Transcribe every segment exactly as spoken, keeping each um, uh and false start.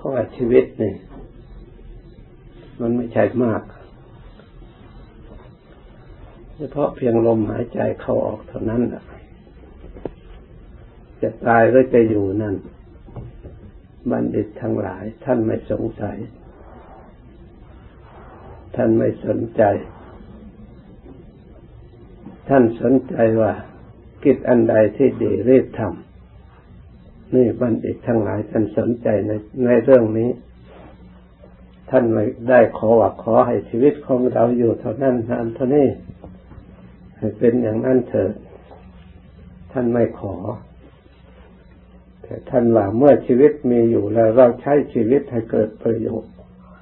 เพราะว่าชีวิตนี่มันไม่ใช่มากเฉพาะเพียงลมหายใจเข้าออกเท่านั้นแหละจะตายหรือจะอยู่นั่นบัณฑิตทั้งหลายท่านไม่สงสัยท่านไม่สนใจท่านสนใจว่ากิจอันใดที่ดีรีบทำนี่บัณฑิตทั้งหลายท่านสนใจในในเรื่องนี้ท่านไม่ได้ขอว่าขอให้ชีวิตของเราอยู่เท่านั้นนานเท่านี้ให้เป็นอย่างนั้นเถิดท่านไม่ขอแต่ท่านว่าเมื่อชีวิตมีอยู่แล้วเราใช้ชีวิตให้เกิดประโยชน์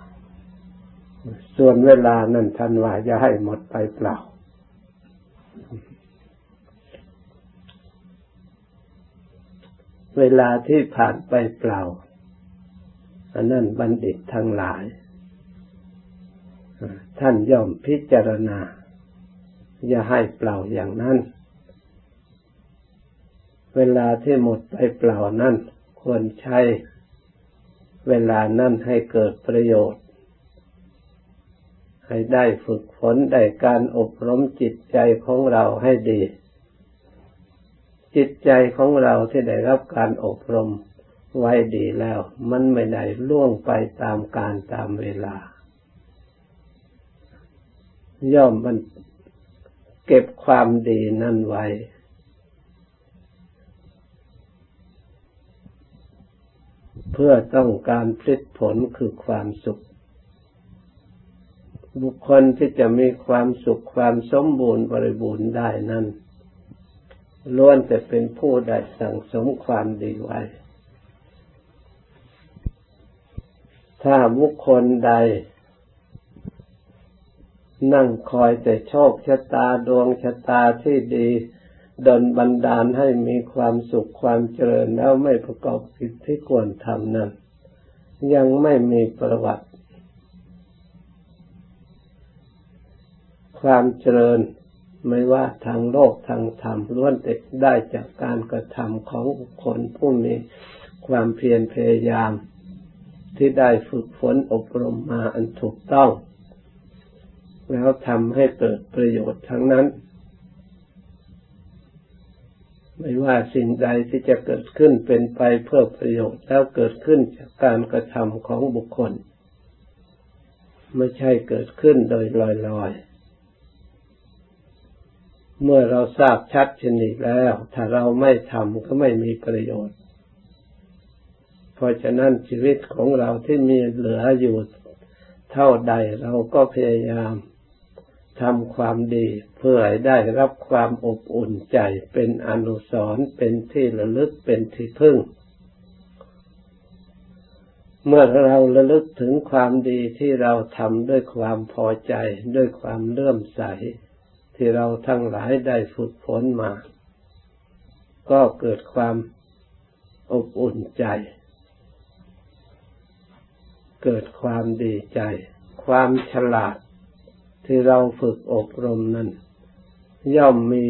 ส่วนเวลานั้นท่านว่าอย่าให้หมดไปเปล่าเวลาที่ผ่านไปเปล่าอันนั้นบัณฑิตทั้งหลายท่านย่อมพิจารณาอย่าให้เปล่าอย่างนั้นเวลาที่หมดไปเปล่านั้นควรใช้เวลานั้นให้เกิดประโยชน์ให้ได้ฝึกฝนได้การอบรมจิตใจของเราให้ดีจิตใจของเราที่ได้รับการอบรมไว้ดีแล้วมันไม่ได้ล่วงไปตามกาลตามเวลาย่อมมันเก็บความดีนั้นไว้เพื่อต้องการผลิตผลคือความสุขบุคคลที่จะมีความสุขความสมบูรณ์บริบูรณ์ได้นั้นล้วนแต่เป็นผู้ได้สั่งสมความดีไว้ถ้าบุคคลใดนั่งคอยแต่โชคชะตาดวงชะตาที่ดีดลบันดาลให้มีความสุขความเจริญแล้วไม่ประกอบกิจที่ควรทำนั้นยังไม่มีประวัติความเจริญไม่ว่าทางโลกทางธรรมล้วนแต่ได้จากการกระทำของบุคคลผู้มีความเพียรพยายามที่ได้ฝึกฝนอบรมมาอันถูกต้องแล้วทำให้เกิดประโยชน์ทั้งนั้นไม่ว่าสิ่งใดที่จะเกิดขึ้นเป็นไปเพื่อประโยชน์แล้วเกิดขึ้นจากการกระทำของบุคคลไม่ใช่เกิดขึ้นโดยลอยๆเมื่อเราทราบชัดเช่นนี้แล้วถ้าเราไม่ทำก็ไม่มีประโยชน์เพราะฉะนั้นชีวิตของเราที่มีเหลืออยู่เท่าใดเราก็พยายามทำความดีเพื่อให้ได้รับความอบอุ่นใจเป็นอนุสรณ์เป็นที่ระลึกเป็นที่พึ่งเมื่อเราระลึกถึงความดีที่เราทำด้วยความพอใจด้วยความเลื่อมใสที่เราทั้งหลายได้ฝึกฝนมาก็เกิดความอบอุ่นใจเกิดความดีใจความฉลาดที่เราฝึกอบรมนั้นย่อมมี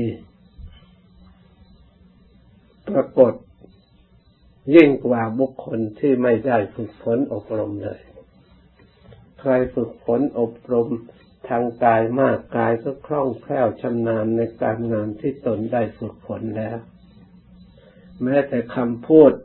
ปรากฏยิ่งกว่าบุคคลที่ไม่ได้ฝึกฝนอบรมเลยใครฝึกฝนอบรมทางกายมากกายก็คล่องแคล่วชำนาญในการงานที่ตนได้ฝึกฝนแล้วแม้แต่คำพูด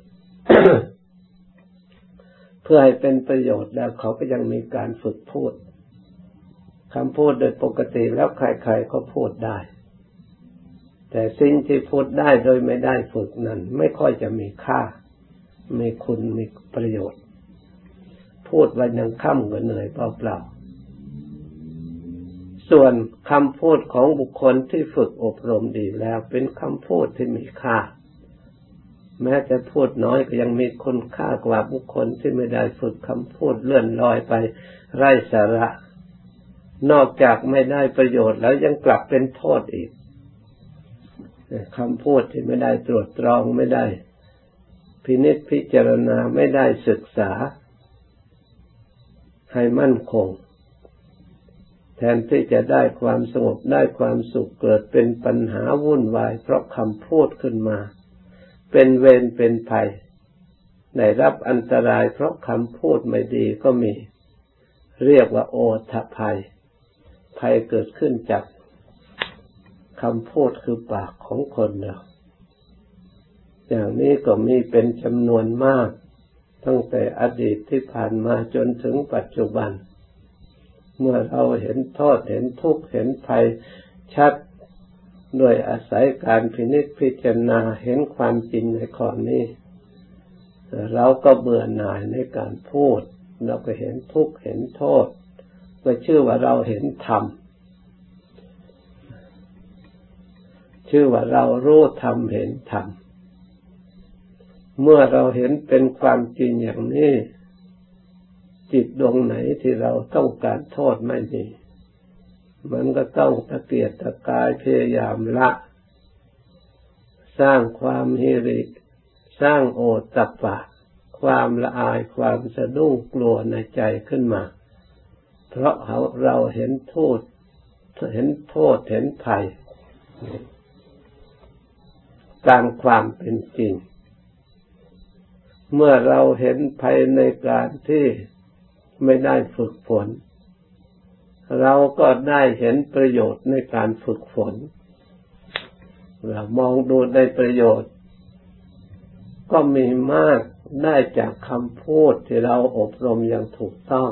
เพื่อให้เป็นประโยชน์แล้วเขาก็ยังมีการฝึกพูดคำพูดโดยปกติแล้วใครๆก็พูดได้แต่สิ่งที่พูดได้โดยไม่ได้ฝึกนั้นไม่ค่อยจะมีค่ามีคุณมีประโยชน์พูดวันยังค่ำก็เหนื่อยเปล่าๆส่วนคำพูดของบุคคลที่ฝึกอบรมดีแล้วเป็นคำพูดที่มีค่าแม้จะพูดน้อยก็ยังมีคุณค่ากว่าบุคคลที่ไม่ได้ฝึกคำพูดเลื่อนลอยไปไร้สาระนอกจากไม่ได้ประโยชน์แล้วยังกลับเป็นโทษอีกคำพูดที่ไม่ได้ตรวจตรองไม่ได้พินิจพิจารณาไม่ได้ศึกษาให้มั่นคงแทนที่จะได้ความสงบได้ความสุขเกิดเป็นปัญหาวุ่นวายเพราะคำพูดขึ้นมาเป็นเวรเป็นภัยได้รับอันตรายเพราะคำพูดไม่ดีก็มีเรียกว่าโอทภัยภัยเกิดขึ้นจากคำพูดคือปากของคนเราอย่างนี้ก็มีเป็นจำนวนมากตั้งแต่อดีตที่ผ่านมาจนถึงปัจจุบันเมื่อเราเห็นโทษเห็นทุกข์เห็นภัยชัดด้วยอาศัยการพินิจพิจารณาเห็นความจริงในข้อนี้เราก็เบื่อหน่ายในการพูดเราก็เห็นทุกข์เห็นโทษก็ชื่อว่าเราเห็นธรรมชื่อว่าเรารู้ธรรมเห็นธรรมเมื่อเราเห็นเป็นความจริงอย่างนี้จิตดวงไหนที่เราต้องการโทษไม่มีมันก็ต้องตะเกียกตะกายพยายามละสร้างความหิริสร้างโอตตัปปะความละอายความสะดุ้งกลัวในใจขึ้นมาเพราะเราเราเห็นโทษเห็นโทษเห็นภัยตามความเป็นจริงเมื่อเราเห็นภัยในการที่ไม่ได้ฝึกฝนเราก็ได้เห็นประโยชน์ในการฝึกฝนเรามองดูในประโยชน์ก็มีมากได้จากคำพูดที่เราอบรมอย่างถูกต้อง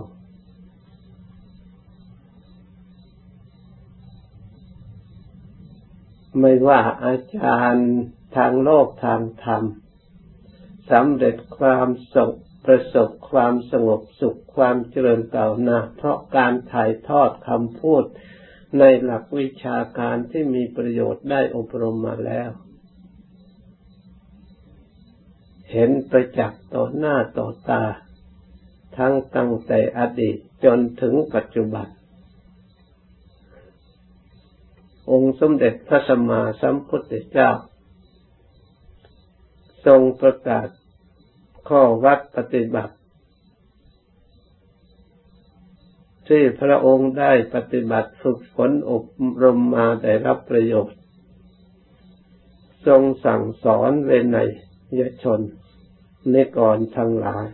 ไม่ว่าอาจารย์ทางโลกทางธรรมสำเร็จความสุขประสบความสงบสุขความเจริญก้าวหน้าเพราะการถ่ายทอดคำพูดในหลักวิชาการที่มีประโยชน์ได้อบรมมาแล้วเห็นประจักษ์ต่อหน้าต่อตาทั้งตั้งแต่อดีตจนถึงปัจจุบันองค์สมเด็จพระสัมมาสัมพุทธเจ้าทรงประกาศข้อวัดปฏิบัติที่พระองค์ได้ปฏิบัติฝึกฝนอบรมมาได้รับประโยชน์ทรงสั่งสอนเวนยชนในก่อนทั้งหลาย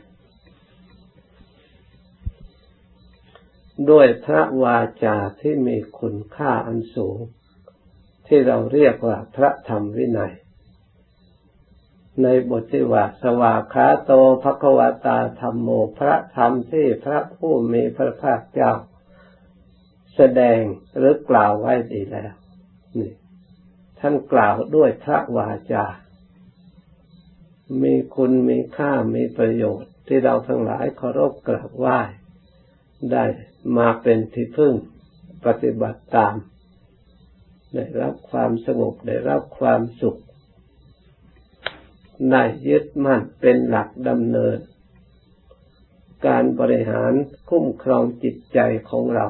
ด้วยพระวาจาที่มีคุณค่าอันสูงที่เราเรียกว่าพระธรรมวินัยในบทที่ว่าสวากขาโตภควตาธัมโมพระธรรมที่พระผู้มีพระภาคเจ้าแสดงหรือกล่าวไว้ดีแล้วนี่ท่านกล่าวด้วยพระวาจามีคุณมีค่ามีประโยชน์ที่เราทั้งหลายเคารพกราบไหว้ได้มาเป็นที่พึ่งปฏิบัติตามได้รับความสงบได้รับความสุขได้ยึดมั่นเป็นหลักดำเนินการบริหารคุ้มครองจิตใจของเรา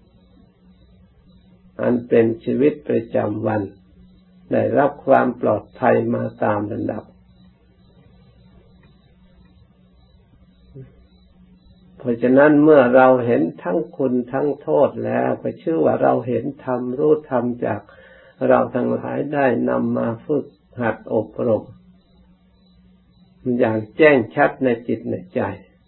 อันเป็นชีวิตประจำวันได้รับความปลอดภัยมาตามลำดับเพราะฉะนั้นเมื่อเราเห็นทั้งคุณทั้งโทษแล้วก็ชื่อว่าเราเห็นธรรมรู้ธรรมจากเราทั้งหลายได้นำมาฝึกหัดอบรมอย่างแจ้งชัดในจิตในใจ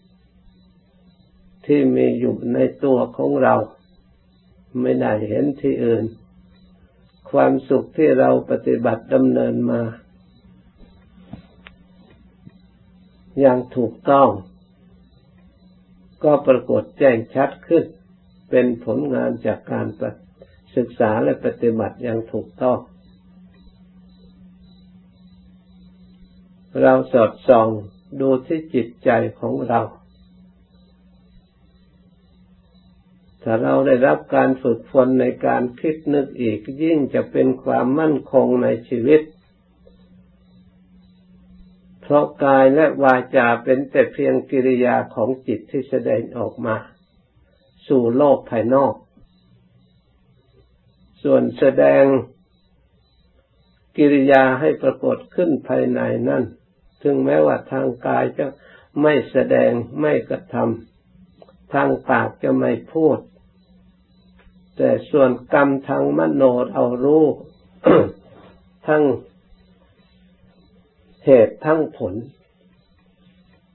ที่มีอยู่ในตัวของเราไม่ได้เห็นที่อื่นความสุขที่เราปฏิบัติดำเนินมาอย่างถูกต้องก็ปรากฏแจ้งชัดขึ้นเป็นผลงานจากการศึกษาและปฏิบัติอย่างถูกต้องเราสอดส่องดูที่จิตใจของเราถ้าเราได้รับการฝึกฝนในการคิดนึกอีกยิ่งจะเป็นความมั่นคงในชีวิตเพราะกายและวาจาเป็นแต่เพียงกิริยาของจิตที่แสดงออกมาสู่โลกภายนอกส่วนแสดงกิริยาให้ปรากฏขึ้นภายในนั่นถึงแม้ว่าทางกายจะไม่แสดงไม่กระทำทางปากจะไม่พูดแต่ส่วนกรรมทางมโนเรารู้ ทั้งเหตุทั้งผล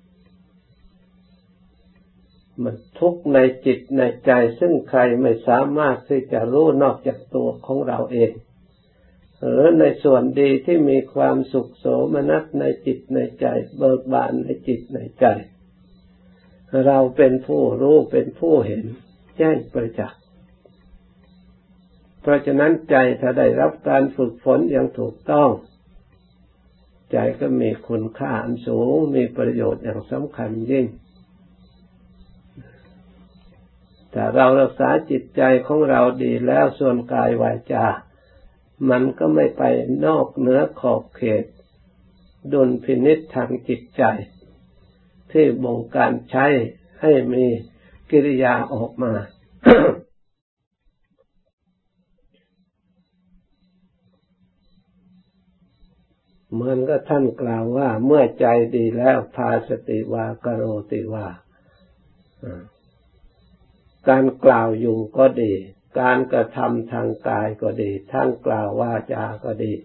มันทุกข์ในจิตในใจซึ่งใครไม่สามารถที่จะรู้นอกจากตัวของเราเองหรือในส่วนดีที่มีความสุขโสมนัสในจิตในใจเบิกบานในจิตในใจเราเป็นผู้รู้เป็นผู้เห็นแจ้งประจักษ์เพราะฉะนั้นใจถ้าได้รับการฝึกฝนอย่างถูกต้องใจก็มีคุณค่าอันสูงมีประโยชน์อย่างสำคัญยิ่งถ้าเรารักษาจิตใจของเราดีแล้วส่วนกายวาจามันก็ไม่ไปนอกเหนือขอบเขตดุลพินิจทางจิตใจที่บงการใช้ให้มีกิริยาออกมา เหมือนกับท่านกล่าวว่าเมื่อใจดีแล้วพาสติวากโรติวาการกล่าวอยู่ก็ดีการกระทำทางกายก็ดีทั้งกล่าววาจาก็ดี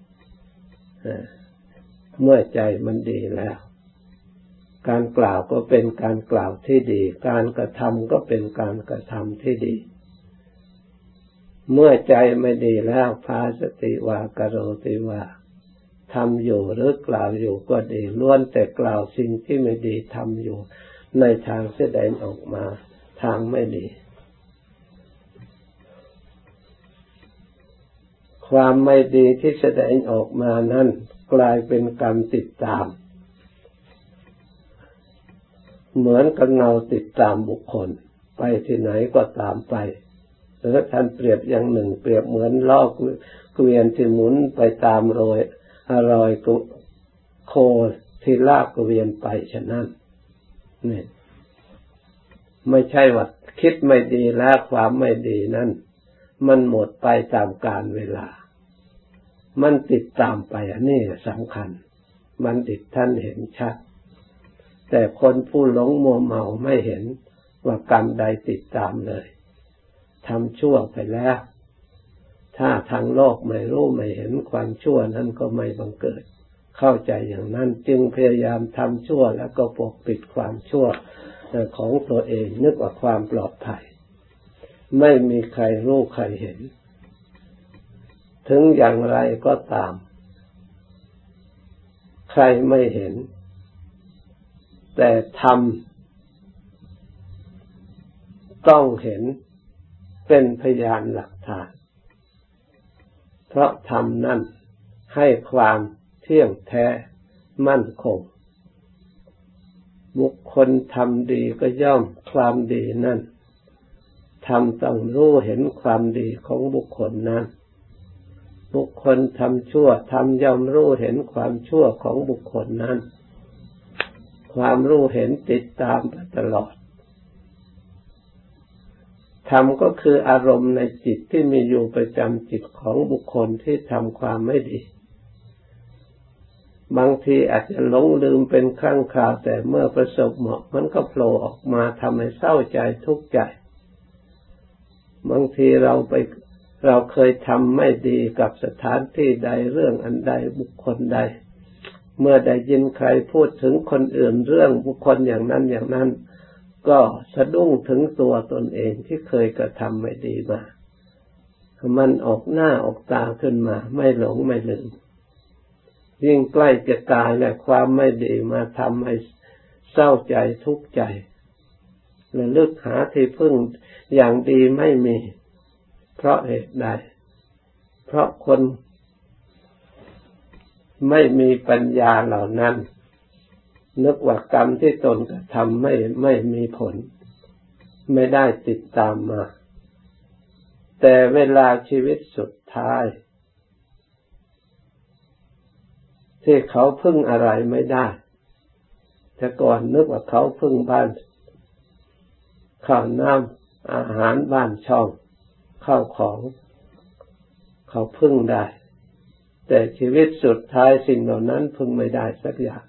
เมื่อใจมันดีแล้วการกล่าวก็เป็นการกล่าวที่ดีการกระทำก็เป็นการกระทำที่ดีเมื่อใจไม่ดีแล้วพาสติวากโรติวาทำอยู่หรือกล่าวอยู่ก็ดีล้วนแต่กล่าวสิ่งที่ไม่ดีทำอยู่ในทางแสดงออกมาทางไม่ดีความไม่ดีที่แสดงออกมานั้นกลายเป็นกรรมติดตามเหมือนกับเงาติดตามบุคคลไปที่ไหนก็ตามไปหรือท่านเปรียบอย่างหนึ่งเปรียบเหมือนล้อเกวียนที่หมุนไปตามรอยรอยโคที่ลากเกวียนไปฉะนั้นนี่ไม่ใช่ว่าคิดไม่ดีแล้วความไม่ดีนั้นมันหมดไปตามกาลเวลามันติดตามไปอันนี้สำคัญมันติดท่านเห็นชัดแต่คนผู้หลงมัวเมาไม่เห็นว่ากรรมใดติดตามเลยทำชั่วไปแล้วถ้าทางโลกไม่รู้ไม่เห็นความชั่วนั้นก็ไม่บังเกิดเข้าใจอย่างนั้นจึงพยายามทำชั่วแล้วก็ปกปิดความชั่วของตัวเองนึกว่าความปลอดภัยไม่มีใครรู้ใครเห็นถึงอย่างไรก็ตามใครไม่เห็นแต่ธรรมต้องเห็นเป็นพยานหลักฐานเพราะธรรมนั้นให้ความเที่ยงแท้มั่นคงบุคคลทำดีก็ย่อมความดีนั้นธรรมต้องรู้เห็นความดีของบุคคลนั้นบุคคลทำชั่วธรรมย่อมรู้เห็นความชั่วของบุคคลนั้นความรู้เห็นติดตามไปตลอดธรรมก็คืออารมณ์ในจิตที่มีอยู่ประจำจิตของบุคคลที่ทำความไม่ดีบางทีอาจจะหลงลืมเป็นครั้งคราวแต่เมื่อประสบเหมาะมันก็โผล่ออกมาทำให้เศร้าใจทุกข์ใจบางทีเราไปเราเคยทำไม่ดีกับสถานที่ใดเรื่องอันใดบุคคลใดเมื่อได้ยินใครพูดถึงคนอื่นเรื่องบุคคลอย่างนั้นอย่างนั้นก็สะดุ้งถึงตัวตนเองที่เคยกระทำไม่ดีมามันออกหน้าออกตาขึ้นมาไม่หลงไม่ลืมยิ่งใกล้จะตายเนี่ยความไม่ดีมาทำให้เศร้าใจทุกข์ใจระลึกหาที่พึ่งอย่างดีไม่มีเพราะเหตุใดเพราะคนไม่มีปัญญาเหล่านั้นนึกว่ากรรมที่ตนกระทำไม่ไม่มีผลไม่ได้ติดตามมาแต่เวลาชีวิตสุดท้ายที่เขาพึ่งอะไรไม่ได้แต่ก่อนนึกว่าเขาพึ่งบ้านข้าวน้ำอาหารบ้านช่องข้าวของเขาพึ่งได้แต่ชีวิตสุดท้ายสิ่งเหล่านั้นพึ่งไม่ได้สักอย่าง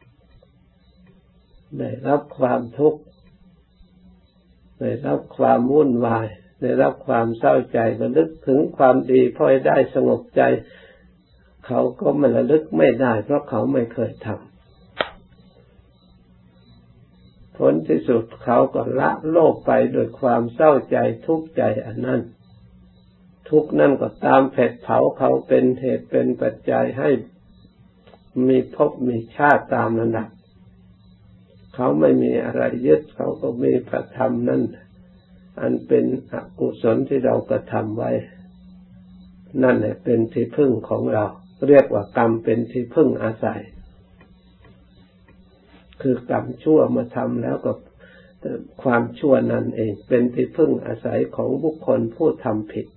ได้รับความทุกข์ได้รับความวุ่นวายได้รับความเศร้าใจระลึกถึงความดีพอได้สงบใจเขาก็ไม่ระลึกไม่ได้เพราะเขาไม่เคยทผลที่สุดเขาก็ละโลกไปด้วยความเศร้าใจทุกข์ใจอันนั้นทุกข์นั่นก็ตามเผดเผาเขาเป็นเหตุเป็นปัจจัยให้มีภพมีชาติตามระดับเขาไม่มีอะไรยึดเขาก็มีพระธรรมนั้นอันเป็นอกุศลที่เรากระทำไว้นั่นแหละเป็นที่พึ่งของเราเรียกว่ากรรมเป็นที่พึ่งอาศัยคือกรรมชั่วมาทำแล้วก็ความชั่วนั่นเองเป็นที่พึ่งอาศัยของบุคคลผู้ทำผิด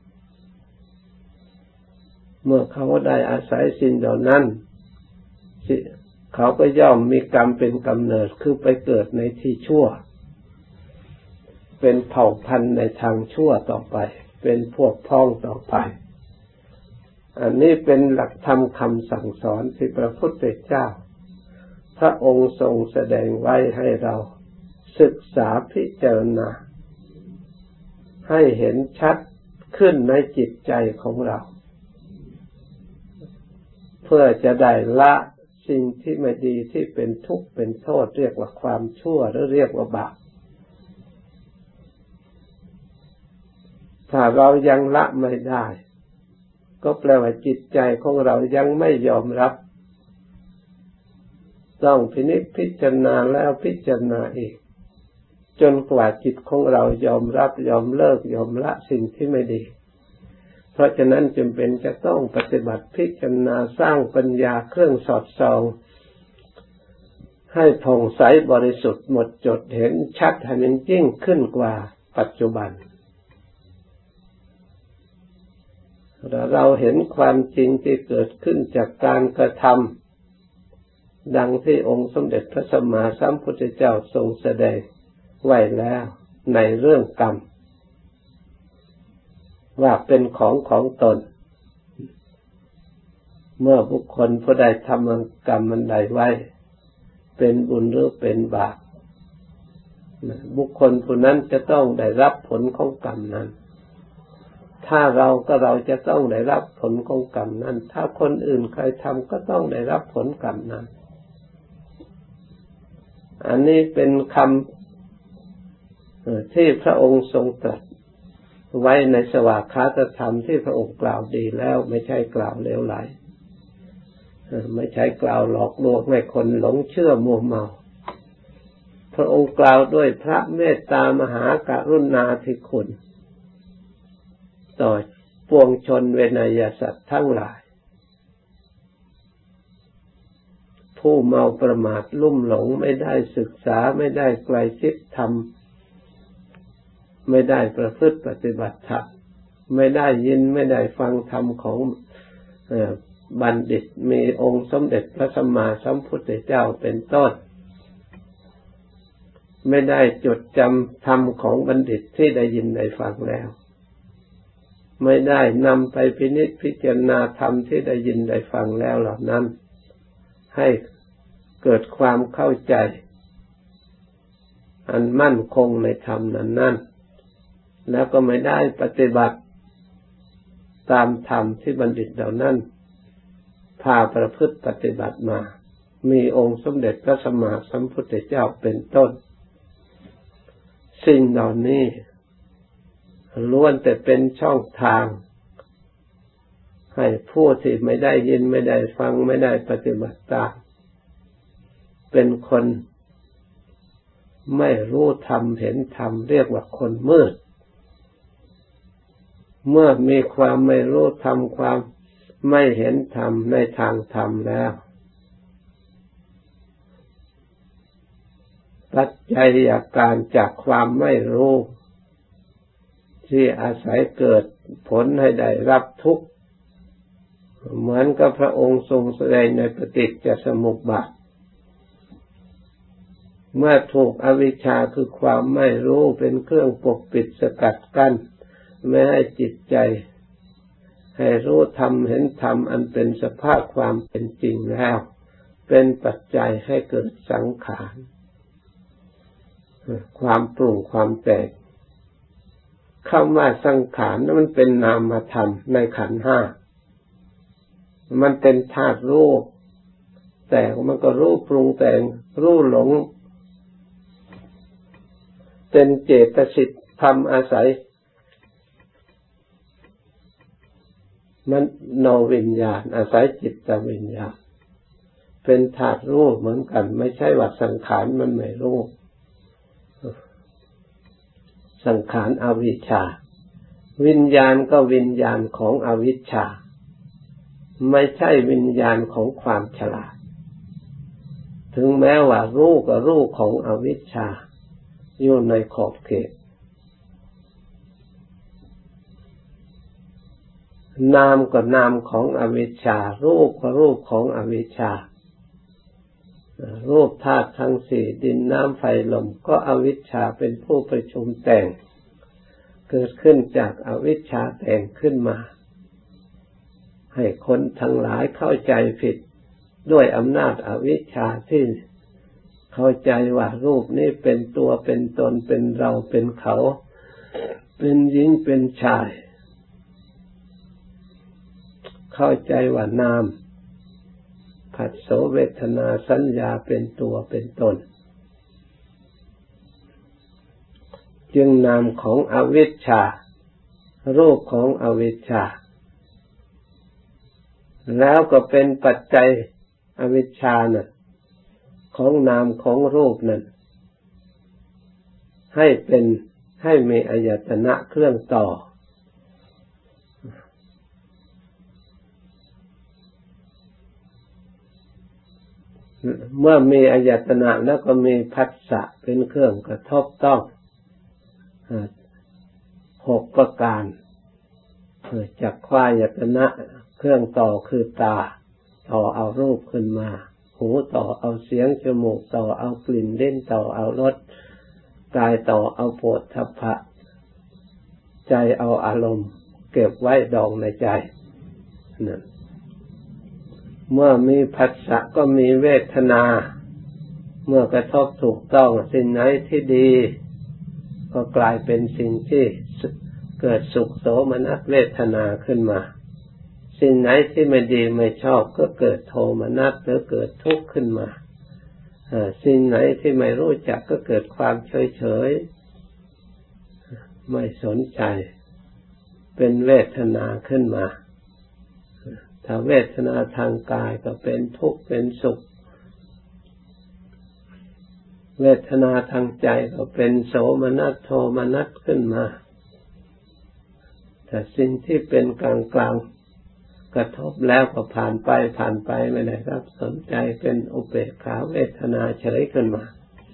เมื่อเขาได้อาศัยสิ่งเหล่านั้นเขาก็ย่อมมีกรรมเป็นกำเนิดคือไปเกิดในที่ชั่วเป็นเผ่าพันธุ์ในทางชั่วต่อไปเป็นพวกพ้องต่อไปอันนี้เป็นหลักธรรมคำสั่งสอนที่พระพุทธเจ้าพระองค์ทรงแสดงไว้ให้เราศึกษาพิจารณาให้เห็นชัดขึ้นในจิตใจของเราเพื่อจะได้ละสิ่งที่ไม่ดีที่เป็นทุกข์เป็นโทษเรียกว่าความชั่วหรือเรียกว่าบาปถ้าเรายังละไม่ได้ก็แปลว่าจิตใจของเรายังไม่ยอมรับต้องพินิจพิจารณาแล้วพิจารณาอีกจนกว่าจิตของเรายอมรับยอมเลิกยอมละสิ่งที่ไม่ดีเพราะฉะนั้นจำเป็นจะต้องปฏิบัติพิจารณาสร้างปัญญาเครื่องสอดส่องให้ผ่องใสบริสุทธิ์หมดจดเห็นชัดให้มันยิ่งขึ้นกว่าปัจจุบันเราเห็นความจริงที่เกิดขึ้นจากการกระทำดังที่องค์สมเด็จพระสัมมาสัมพุทธเจ้าทรงแสดงไว้แล้วในเรื่องกรรมว่าเป็นของของตนเมื่อบุคคลผู้ใดทำกรรมมันใดไว้เป็นบุญหรือเป็นบาปบุคคลผู้นั้นจะต้องได้รับผลของกรรมนั้นถ้าเราก็เราจะต้องได้รับผลของกรรมนั้นถ้าคนอื่นใครทำก็ต้องได้รับผลกรรมนั้นอันนี้เป็นคำที่พระองค์ทรงตรัสไว้ในสวากขาตธรรมที่พระองค์กล่าวดีแล้วไม่ใช่กล่าวเลวไหลไม่ใช่กล่าวหลอกลวงให้คนหลงเชื่อมัวเมาพระองค์กล่าวด้วยพระเมตตามหากรุณาธิคุณต่อปวงชนเวนยสัตว์ทั้งหลายผู้เมาประมาทลุ่มหลงไม่ได้ศึกษาไม่ได้ใกล้ชิดธรรมไม่ได้ประพฤติปฏิบัติธรรมไม่ได้ยินไม่ได้ฟังธรรมของบัณฑิตมีองค์สมเด็จพระสัมมาสัมพุทธเจ้าเป็นต้นไม่ได้จดจำธรรมของบัณฑิตที่ได้ยินได้ฟังแล้วไม่ได้นำไปพินิจพิจารณาธรรมที่ได้ยินได้ฟังแล้วเหล่านั้นให้เกิดความเข้าใจอันมั่นคงในธรรมนั้นๆแล้วก็ไม่ได้ปฏิบัติตามธรรมที่บัณฑิตเหล่านั้นพาประพฤติปฏิบัติมามีองค์สมเด็จพระสัมมาสัมพุทธเจ้าเป็นต้นสิ่งเหล่านี้ล้วนแต่เป็นช่องทางให้ผู้ที่ไม่ได้ยินไม่ได้ฟังไม่ได้ปฏิบัติตามเป็นคนไม่รู้ธรรมเห็นธรรมเรียกว่าคนมืดเมื่อมีความไม่รู้ธรรมความไม่เห็นธรรมในทางธรรมแล้วปัจจัยอาการจากความไม่รู้ที่อาศัยเกิดผลให้ได้รับทุกข์เหมือนกับพระองค์ทรงแสดงในปฏิจจสมุปบาทเมื่อถูกอวิชชาคือความไม่รู้เป็นเครื่องปกปิดสกัดกั้นไม่ให้จิตใจให้รู้ธรรมเห็นธรรมอันเป็นสภาพความเป็นจริงแล้วเป็นปัจจัยให้เกิดสังขารความปรุงความแต่งคำว่าสังขารนั้นมันเป็นนามธรรมในขันธ์ห้ามันเป็นธาตุรู้แต่มันก็รู้ปรุงแต่งรู้หลงเป็นเจตสิกธรรมอาศัยมันโนวิญญาณอาศัยจิตวิญญาณเป็นธาตุรู้เหมือนกันไม่ใช่ว่าสังขารมันไม่รู้สังขารอวิชชาวิญญาณก็วิญญาณของอวิชชาไม่ใช่วิญญาณของความฉลาดถึงแม้ว่ารู้ก็รู้ของอวิชชาอยู่ในขอบเขตนามก็นามของอวิชชารูปก็รูปของอวิชชารูปธาตุทั้งสี่ดินน้ำไฟลมก็อวิชชาเป็นผู้ประชุมแต่งเกิดขึ้นจากอวิชชาแต่งขึ้นมาให้คนทั้งหลายเข้าใจผิดด้วยอำนาจอวิชชาที่เข้าใจว่ารูปนี้เป็นตัวเป็นตนเป็นเราเป็นเขาเป็นหญิงเป็นชายเข้าใจว่านามผัสสะเวทนาสัญญาเป็นตัวเป็นตนจึงนามของอวิชชารูปของอวิชชาแล้วก็เป็นปัจจัยอวิชชาน่ะของนามของรูปนั้นให้เป็นให้มีอายตนะเครื่องต่อเมื่อมีอายตนะแล้วก็มีผัสสะเป็นเครื่องกระทบต้องหกประการจักขายตนะเครื่องต่อคือตาต่อเอารูปขึ้นมาหูต่อเอาเสียงจมูกต่อเอากลิ่นลิ้นต่อเอารสกายต่อเอาโผฏฐัพพะใจเอาอารมณ์เก็บไว้ดองในใจนั่นเมื่อมีผัสสะก็มีเวทนาเมื่อกระทบถูกต้องสิ่งไหนที่ดีก็กลายเป็นสิ่งที่เกิดสุขโสมนัสเวทนาขึ้นมาสิ่งไหนที่ไม่ดีไม่ชอบก็เกิดโทมนัสหรือเกิดทุกข์ขึ้นมาสิ่งไหนที่ไม่รู้จักก็เกิดความเฉยเฉยไม่สนใจเป็นเวทนาขึ้นมาถ้าเวทนาทางกายก็เป็นทุกข์เป็นสุขเวทนาทางใจก็เป็นโสมนัสโทมนัสขึ้นมาแต่สิ่งที่เป็นกลางกลางกระทบแล้วก็ผ่านไปผ่านไปไม่ได้รับสนใจเป็นอุเบกขาเวทนาเฉยขึ้นมา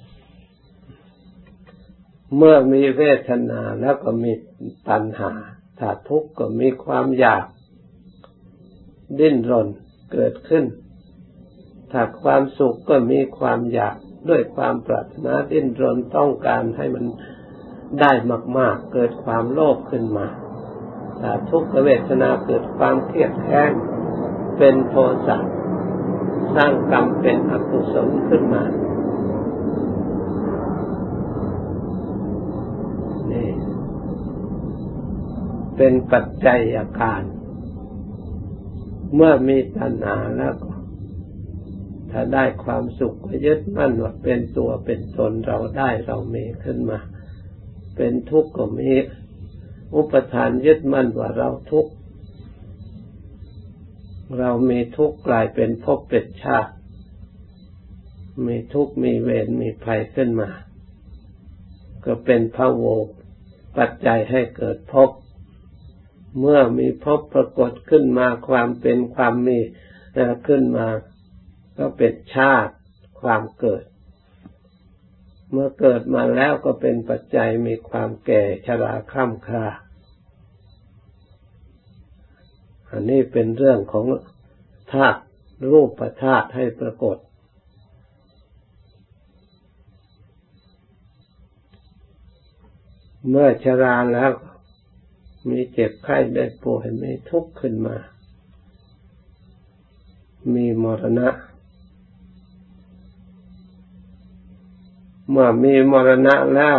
เมื่อมีเวทนาแล้วก็มีตัณหาถ้าทุกข์ก็มีความอยากดิ้นรนเกิดขึ้นถ้าความสุขก็มีความอยากด้วยความปรารถนาดิ้นรนต้องการให้มันได้มากๆเกิดความโลภขึ้นมาถ้าทุกขเวทนาเกิดความเครียดแค้นเป็นโทสะสร้างกรรมเป็นอกุศลขึ้นมานี่เป็นปัจจัยอาการเมื่อมีตัณหาแล้วก็ถ้าได้ความสุขก็ยึดมั่นว่าเป็นตัวเป็นตนเราได้เรามีขึ้นมาเป็นทุกข์ก็มีอุปทานยึดมั่นว่าเราทุกข์เรามีทุกข์กลายเป็นภพเป็นชาติมีทุกข์มีเวรมีภัยขึ้นมาก็เป็นภโวปัจจัยให้เกิดภพเมื่อมีภพปรากฏขึ้นมาความเป็นความมีขึ้นมาก็เป็นชาติความเกิดเมื่อเกิดมาแล้วก็เป็นปัจจัยมีความแก่ชราคร่ำคร่าอันนี้เป็นเรื่องของธาตุรูปธาตุให้ปรากฏเมื่อชราแล้วมีเจ็บไข้ได้ป่วยมีทุกข์ขึ้นมามีมรณะเมื่อมีมรณะแล้ว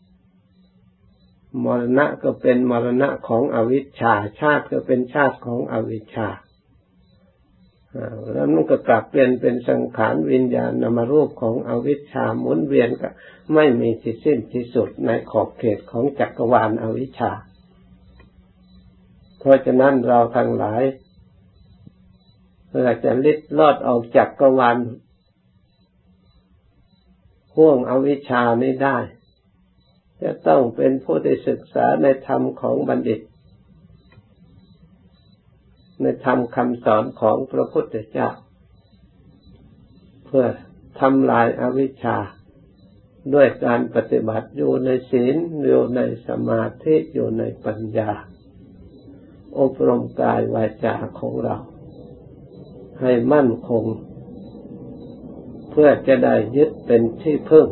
มรณะก็เป็นมรณะของอวิชชาชาติก็เป็นชาติของอวิชชาแล้วมันก็กลับเปลี่ยนเป็นสังขารวิญญาณนามรูปของอวิชชาหมุนเวียนก็ไม่มีที่สิ้นที่สุดในขอบเขตของจักรวาลอวิชชาเพราะฉะนั้นเราทั้งหลายเพื่อจะลิดลอดออกจากจักรวาลห่วงอวิชชานี้ได้จะต้องเป็นผู้ที่ศึกษาในธรรมของบัณฑิตในธรรมคำสอนของพระพุทธเจ้าเพื่อทำลายอวิชชาด้วยการปฏิบัติอยู่ในศีลอยู่ในสมาธิอยู่ในปัญญาอบรมกายวาจาของเราให้มั่นคงเพื่อจะได้ยึดเป็นที่พึ่ง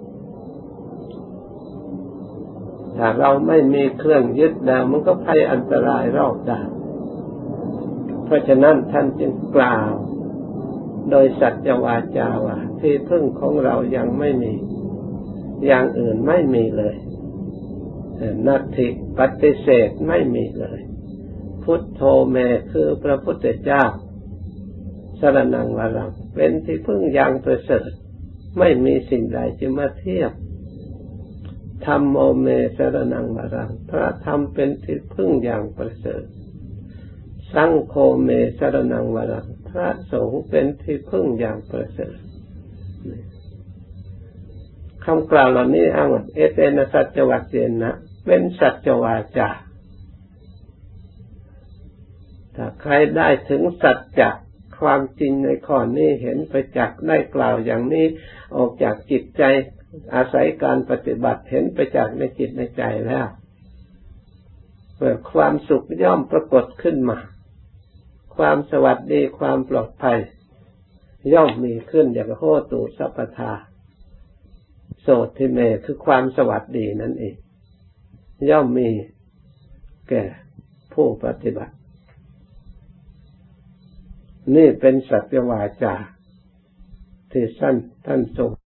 ถ้าเราไม่มีเครื่องยึดแล้วมันก็ภัยอันตรายรอบด้านเพราะฉะนั้นท่านจึงกล่าวโดยสัจวาจาว่าที่พึ่งของเรายังไม่มีอย่างอื่นไม่มีเลยนัตถิปฏิเสธไม่มีเลยพุทโธเมคือพระพุทธเจ้าสรณังวรังเป็นที่พึ่งอย่างประเสริฐไม่มีสิ่งใดจะมาเทียบธัมโมเมสรณังวรังพระธรรมเป็นที่พึ่งอย่างประเสริฐสังโฆเมสรณังวรังพระสงฆ์เป็นที่พึ่งอย่างประเสริฐคำกล่าวเหล่านี้อ้างว่าเอเตนะสัจวัจเจนะเป็นสัจวาจาถ้าใครได้ถึงสัจจะความจริงในข้อนี้เห็นประจักษ์ได้กล่าวอย่างนี้ออกจากจิตใจอาศัยการปฏิบัติเห็นประจักษ์ในจิตในใจแล้วเมื่อความสุขย่อมปรากฏขึ้นมาความสวัสดีความปลอดภัยย่อมมีขึ้นอย่างโหตุสัพพทาโสติเมคือความสวัสดีนั่นเองย่อมมีแก่ผู้ปฏิบัตินี่เป็นสัจวาจาที่ท่านท่านทรง